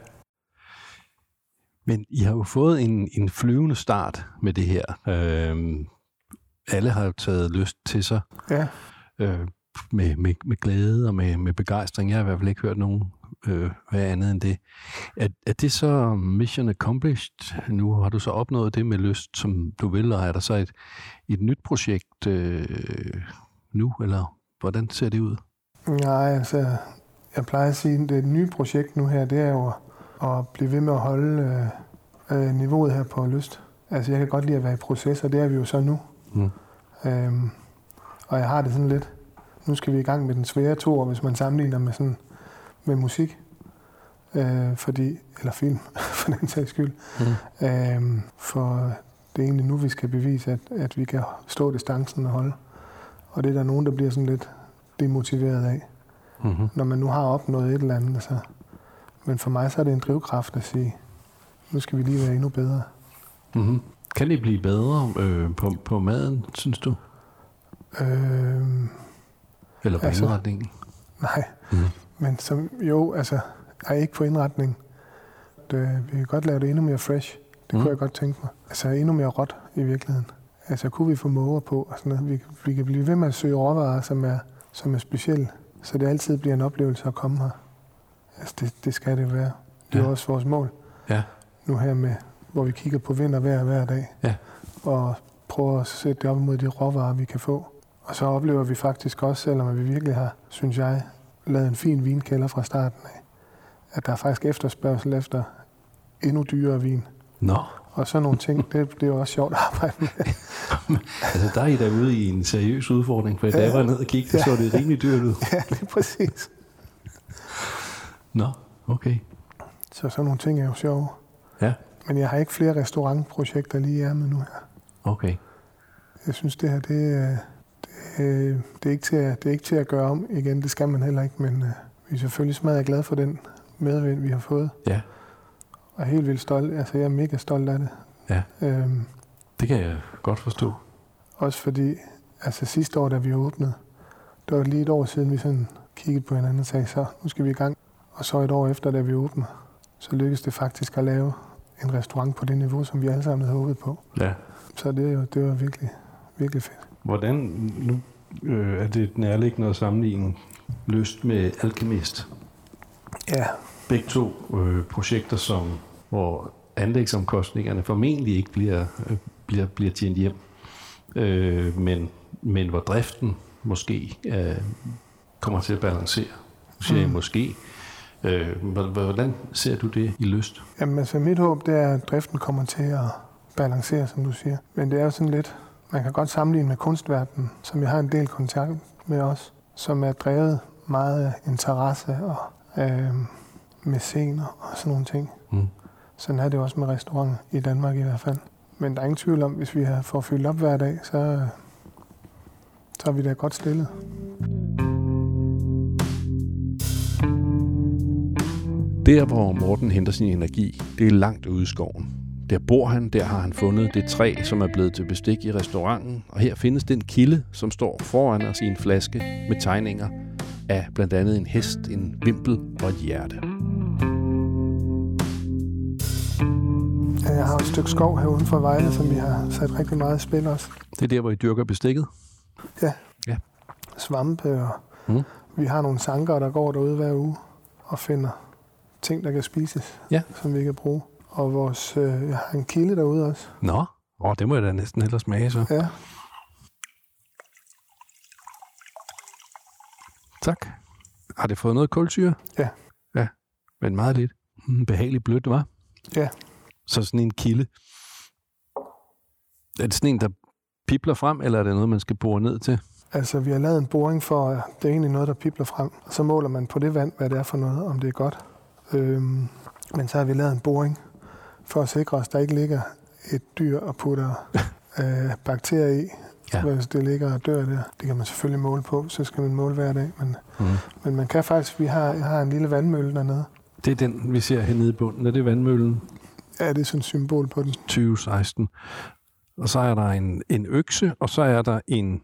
Men I har jo fået en, en flyvende start med det her. Øhm, alle har jo taget lyst til sig. Ja. Øh, med, med, med glæde og med, med begejstring. Jeg har i hvert fald ikke hørt nogen øh, hvad andet end det. Er, er det så mission accomplished? Nu har du så opnået det med lyst, som du vil, og er der så et, et nyt projekt øh, nu, eller hvordan ser det ud? Nej, altså, jeg plejer at sige, at det nye projekt nu her, det er jo at blive ved med at holde øh, niveauet her på lyst. Altså, jeg kan godt lide at være i proces, og det er vi jo så nu. Mm. Øhm, og jeg har det sådan lidt, nu skal vi i gang med den svære toer, hvis man sammenligner med sådan med musik, øh, fordi eller film for den sags skyld. Mm. Øh, for det er egentlig nu vi skal bevise, at, at vi kan stå distancen og holde. Og det er der nogen, der bliver sådan lidt demotiveret af, mm-hmm. når man nu har opnået et eller andet. Altså. Men for mig så er det en drivkraft at sige, nu skal vi lige være endnu bedre. Mm-hmm. Kan det blive bedre øh, på, på maden, synes du? Øh, Eller på altså, indretningen? Nej, mm. men som, jo, altså, er ikke på indretningen. Det, vi kan godt lave det endnu mere fresh. Det mm. kunne jeg godt tænke mig. Altså endnu mere råt i virkeligheden. Altså kunne vi få måger på og sådan noget. Vi, vi kan blive ved med at søge råvarer, som er, som er specielle. Så det altid bliver en oplevelse at komme her. Altså det, det skal det være. Det er ja. også vores mål. Ja. Nu her med, hvor vi kigger på vind og vejr hver dag. Ja. Og prøver at sætte det op imod de råvarer, vi kan få. Og så oplever vi faktisk også, selvom vi virkelig har, synes jeg, lavet en fin vinkælder fra starten af, at der er faktisk efterspørgsel efter endnu dyrere vin. Nå. Og sådan nogle ting, det, det er jo også sjovt at arbejde med. Altså der er I derude i en seriøs udfordring, for da jeg var ned og kiggede, ja. så det rimelig dyrt ud. Ja, det er præcis. Nå, okay. Så sådan nogle ting er jo sjove. Ja. Men jeg har ikke flere restaurantprojekter lige er med nu her. Okay. Jeg synes, det her, det, det, det, er, ikke til at, det er ikke til at gøre om igen. Det skal man heller ikke, men uh, vi er selvfølgelig smadret glade for den medvind, vi har fået. Ja. Og helt vildt stolt. Altså, jeg er mega stolt af det. Ja, øhm, det kan jeg godt forstå. Også fordi, altså sidste år, da vi åbnede, det var lige et år siden, vi sådan kiggede på hinanden og sagde, så nu skal vi i gang. Og så et år efter, da vi åbnede, så lykkedes det faktisk at lave en restaurant på det niveau, som vi alle sammen havde håbet på. Ja. Så det, er jo, det var virkelig, virkelig fedt. Hvordan, nu øh, er det nærliggende at sammenligne Lyst med Alkymist? Ja. Begge to øh, projekter, som, hvor anlægsomkostningerne formentlig ikke bliver, øh, bliver, bliver tjent hjem, øh, men, men hvor driften måske øh, kommer til at balancere. Nu siger mm. jeg måske. Øh, hvordan ser du det i Lyst? Jamen altså mit håb, det er, at driften kommer til at balancere, som du siger. Men det er jo sådan lidt, man kan godt sammenligne med kunstverdenen, som jeg har en del kontakt med os, som er drevet meget af interesse og øh, med scener og sådan nogle ting. Mm. Sådan er det også med restauranter i Danmark i hvert fald. Men der er ingen tvivl om, hvis vi får fyldt op hver dag, så, så er vi da godt stillet. Der, hvor Morten henter sin energi, det er langt ude i skoven. Der bor han, der har han fundet det træ, som er blevet til bestik i restauranten, og her findes den kilde, som står foran os i en flaske med tegninger af blandt andet en hest, en vimpel og et hjerte. Jeg har et stykke skov her uden for Vejle, som vi har sat rigtig meget i spil også. Det er der, hvor I dyrker bestikket? Ja. Ja. Svampe, og mm. vi har nogle sanker, der går derude hver uge og finder ting, der kan spises, ja. som vi kan bruge. Og vores, øh, jeg har en kilde derude også. Nå, oh, det må jeg da næsten hellere smage så. Ja. Tak. Har det fået noget kulsyre? Ja. Ja, men meget lidt. Mm, behageligt blødt, hva'? Ja. Så sådan en kilde. Er det sådan en, der pipler frem, eller er det noget, man skal bore ned til? Altså, vi har lavet en boring for, at det er egentlig noget, der pipler frem. Og så måler man på det vand, hvad det er for noget, om det er godt. Øhm, men så har vi lavet en boring for at sikre os, at der ikke ligger et dyr og putter øh, bakterier i. Ja. Hvis det ligger og dør der. Det kan man selvfølgelig måle på, så skal man måle hver dag. Men, mm. men man kan faktisk, vi har, jeg har en lille vandmølle dernede. Det er den, vi ser hernede i bunden. Er det vandmøllen? Ja, det er sådan et symbol på den. tyve seksten. Og så er der en, en økse, og så er der en...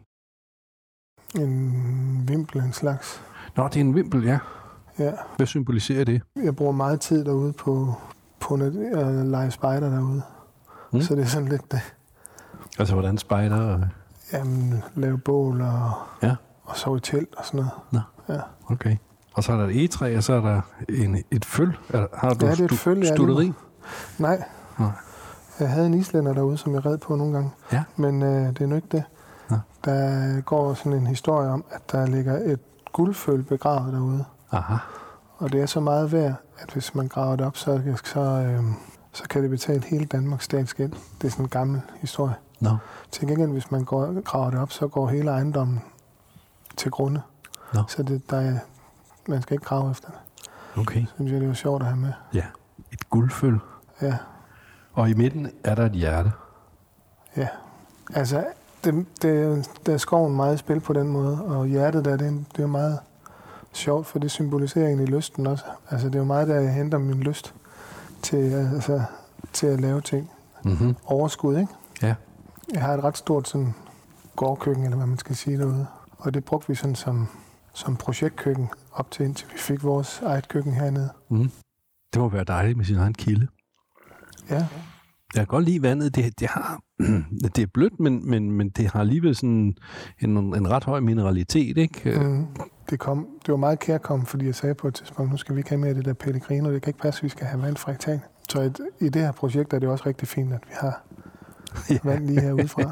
En vimpel, en slags. Nå, det er en vimpel, ja. Ja. Hvad symboliserer det? Jeg bruger meget tid derude på, på at lege spejder derude. Mm. Så det er sådan lidt det. Altså, hvordan spejder? Jamen, lave bål og, ja. og sove i telt og sådan noget. Nå, ja. Okay. Og så er der et egetræ, og så er der en, et føl. Har du ja, det er et føl, ja, stutteri? Nej. Nej. Jeg havde en islænder derude, som jeg red på nogle gange. Ja. Men øh, det er nu ikke det. Ja. Der går sådan en historie om, at der ligger et guldføl begravet derude. Aha. Og det er så meget værd, at hvis man graver det op, så, så, øh, så kan det betale hele Danmarks statsgæld. Det er sådan en gammel historie. No. Til gengæld, hvis man går, graver det op, så går hele ejendommen til grunde. No. Så det, der er, man skal ikke grave efter det. Okay. Så synes jeg, det var sjovt at have med. Ja, et guldføl. Ja. Og i midten er der et hjerte. Ja, altså det, det, der er skoven meget i spil på den måde, og hjertet der, det, det er meget sjovt, for det symboliserer egentlig lysten også. Altså det er jo meget, der jeg henter min lyst til, altså, til at lave ting. Mm-hmm. Overskud, ikke? Ja. Jeg har et ret stort sådan gårdkøkken, eller hvad man skal sige derude, og det brugte vi sådan som, som projektkøkken op til, indtil vi fik vores eget køkken hernede. Mm. Det må være dejligt med sin egen kilde. Ja. Jeg kan godt lide vandet. Det, det, har, det er blødt, men, men, men det har alligevel sådan en, en ret høj mineralitet, ikke? Mm. Det, kom, det var meget kærkommen, fordi jeg sagde på et tidspunkt, nu skal vi ikke have mere af det der Pellegrino, det kan ikke passe, at vi skal have vand fra Italien. Så et, i det her projekt er det også rigtig fint, at vi har ja. vand lige herudefra.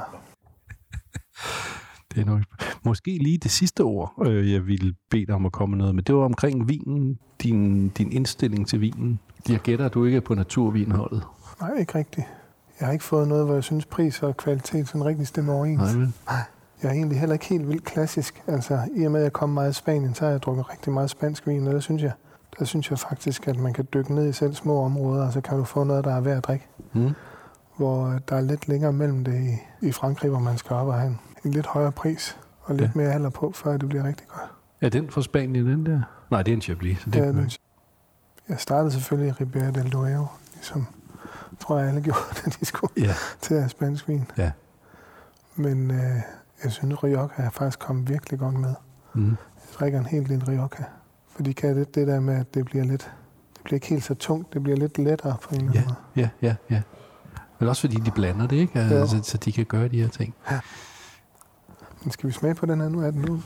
Det er nok. Måske lige det sidste ord, øh, jeg ville bede dig om at komme noget med. Det var omkring vinen, din, din indstilling til vinen. Jeg gætter, at du ikke er på naturvinholdet. Nej, ikke rigtigt. Jeg har ikke fået noget, hvor jeg synes, pris og kvalitet sådan rigtig stemmer overens. Nej, vel? Jeg er egentlig heller ikke helt vildt klassisk. Altså, i og med, at jeg kom meget i Spanien, så har jeg drukket rigtig meget spansk vin, og der synes jeg, der synes jeg faktisk, at man kan dykke ned i selv små områder, og så kan du få noget, der er værd at drikke. Mm. Hvor der er lidt længere mellem det i, i Frankrig, hvor man skal op og have en, en lidt højere pris, og lidt ja. mere alder på, før det bliver rigtig godt. Er den fra Spanien, den der? Nej, det er en Chablis. Så det det er den. Jeg startede selvfølgelig i Ribera del Duero, ligesom tror jeg alle gjorde, da de skulle ja. til at have spansk vin. Ja. Men øh, jeg synes, Rioja er faktisk kommet virkelig godt med. Mm. Jeg drikker en helt lille Rioja. For de kan det, det der med, at det bliver lidt, det bliver ikke helt så tungt, det bliver lidt lettere på en eller anden måde. Ja, ja, ja. Men også fordi de blander det, ikke? Altså, så, så de kan gøre de her ting. Ja. Men skal vi smage på den her? Nu er den nu.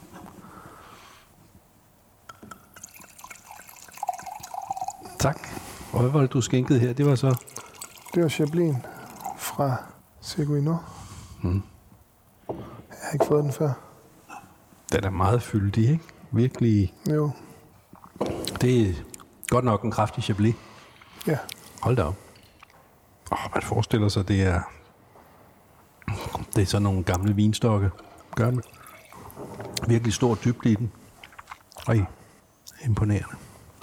Tak. Og hvad var det, du skænkede her? Det var så? Det var Chablis fra Seguinó. Mm. Jeg har ikke fået den før. Den er meget fyldig, ikke? Virkelig. Jo. Det er godt nok en kraftig Chablis. Ja. Hold da op. Åh, man forestiller sig, det er det er sådan nogle gamle vinstokke. Gør den. Virkelig stor dybde i den. Ej, imponerende.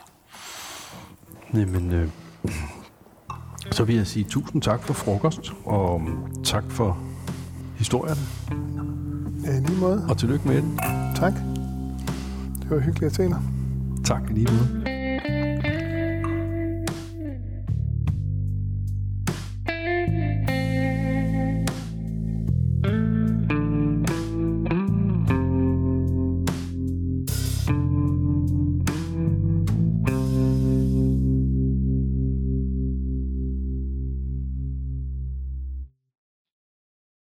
Jamen, øh, så vil jeg sige tusind tak for frokost, og tak for historierne. Ja, i lige måde. Og tillykke med den. Tak. Det var hyggeligt at se dig. Tak i lige måde.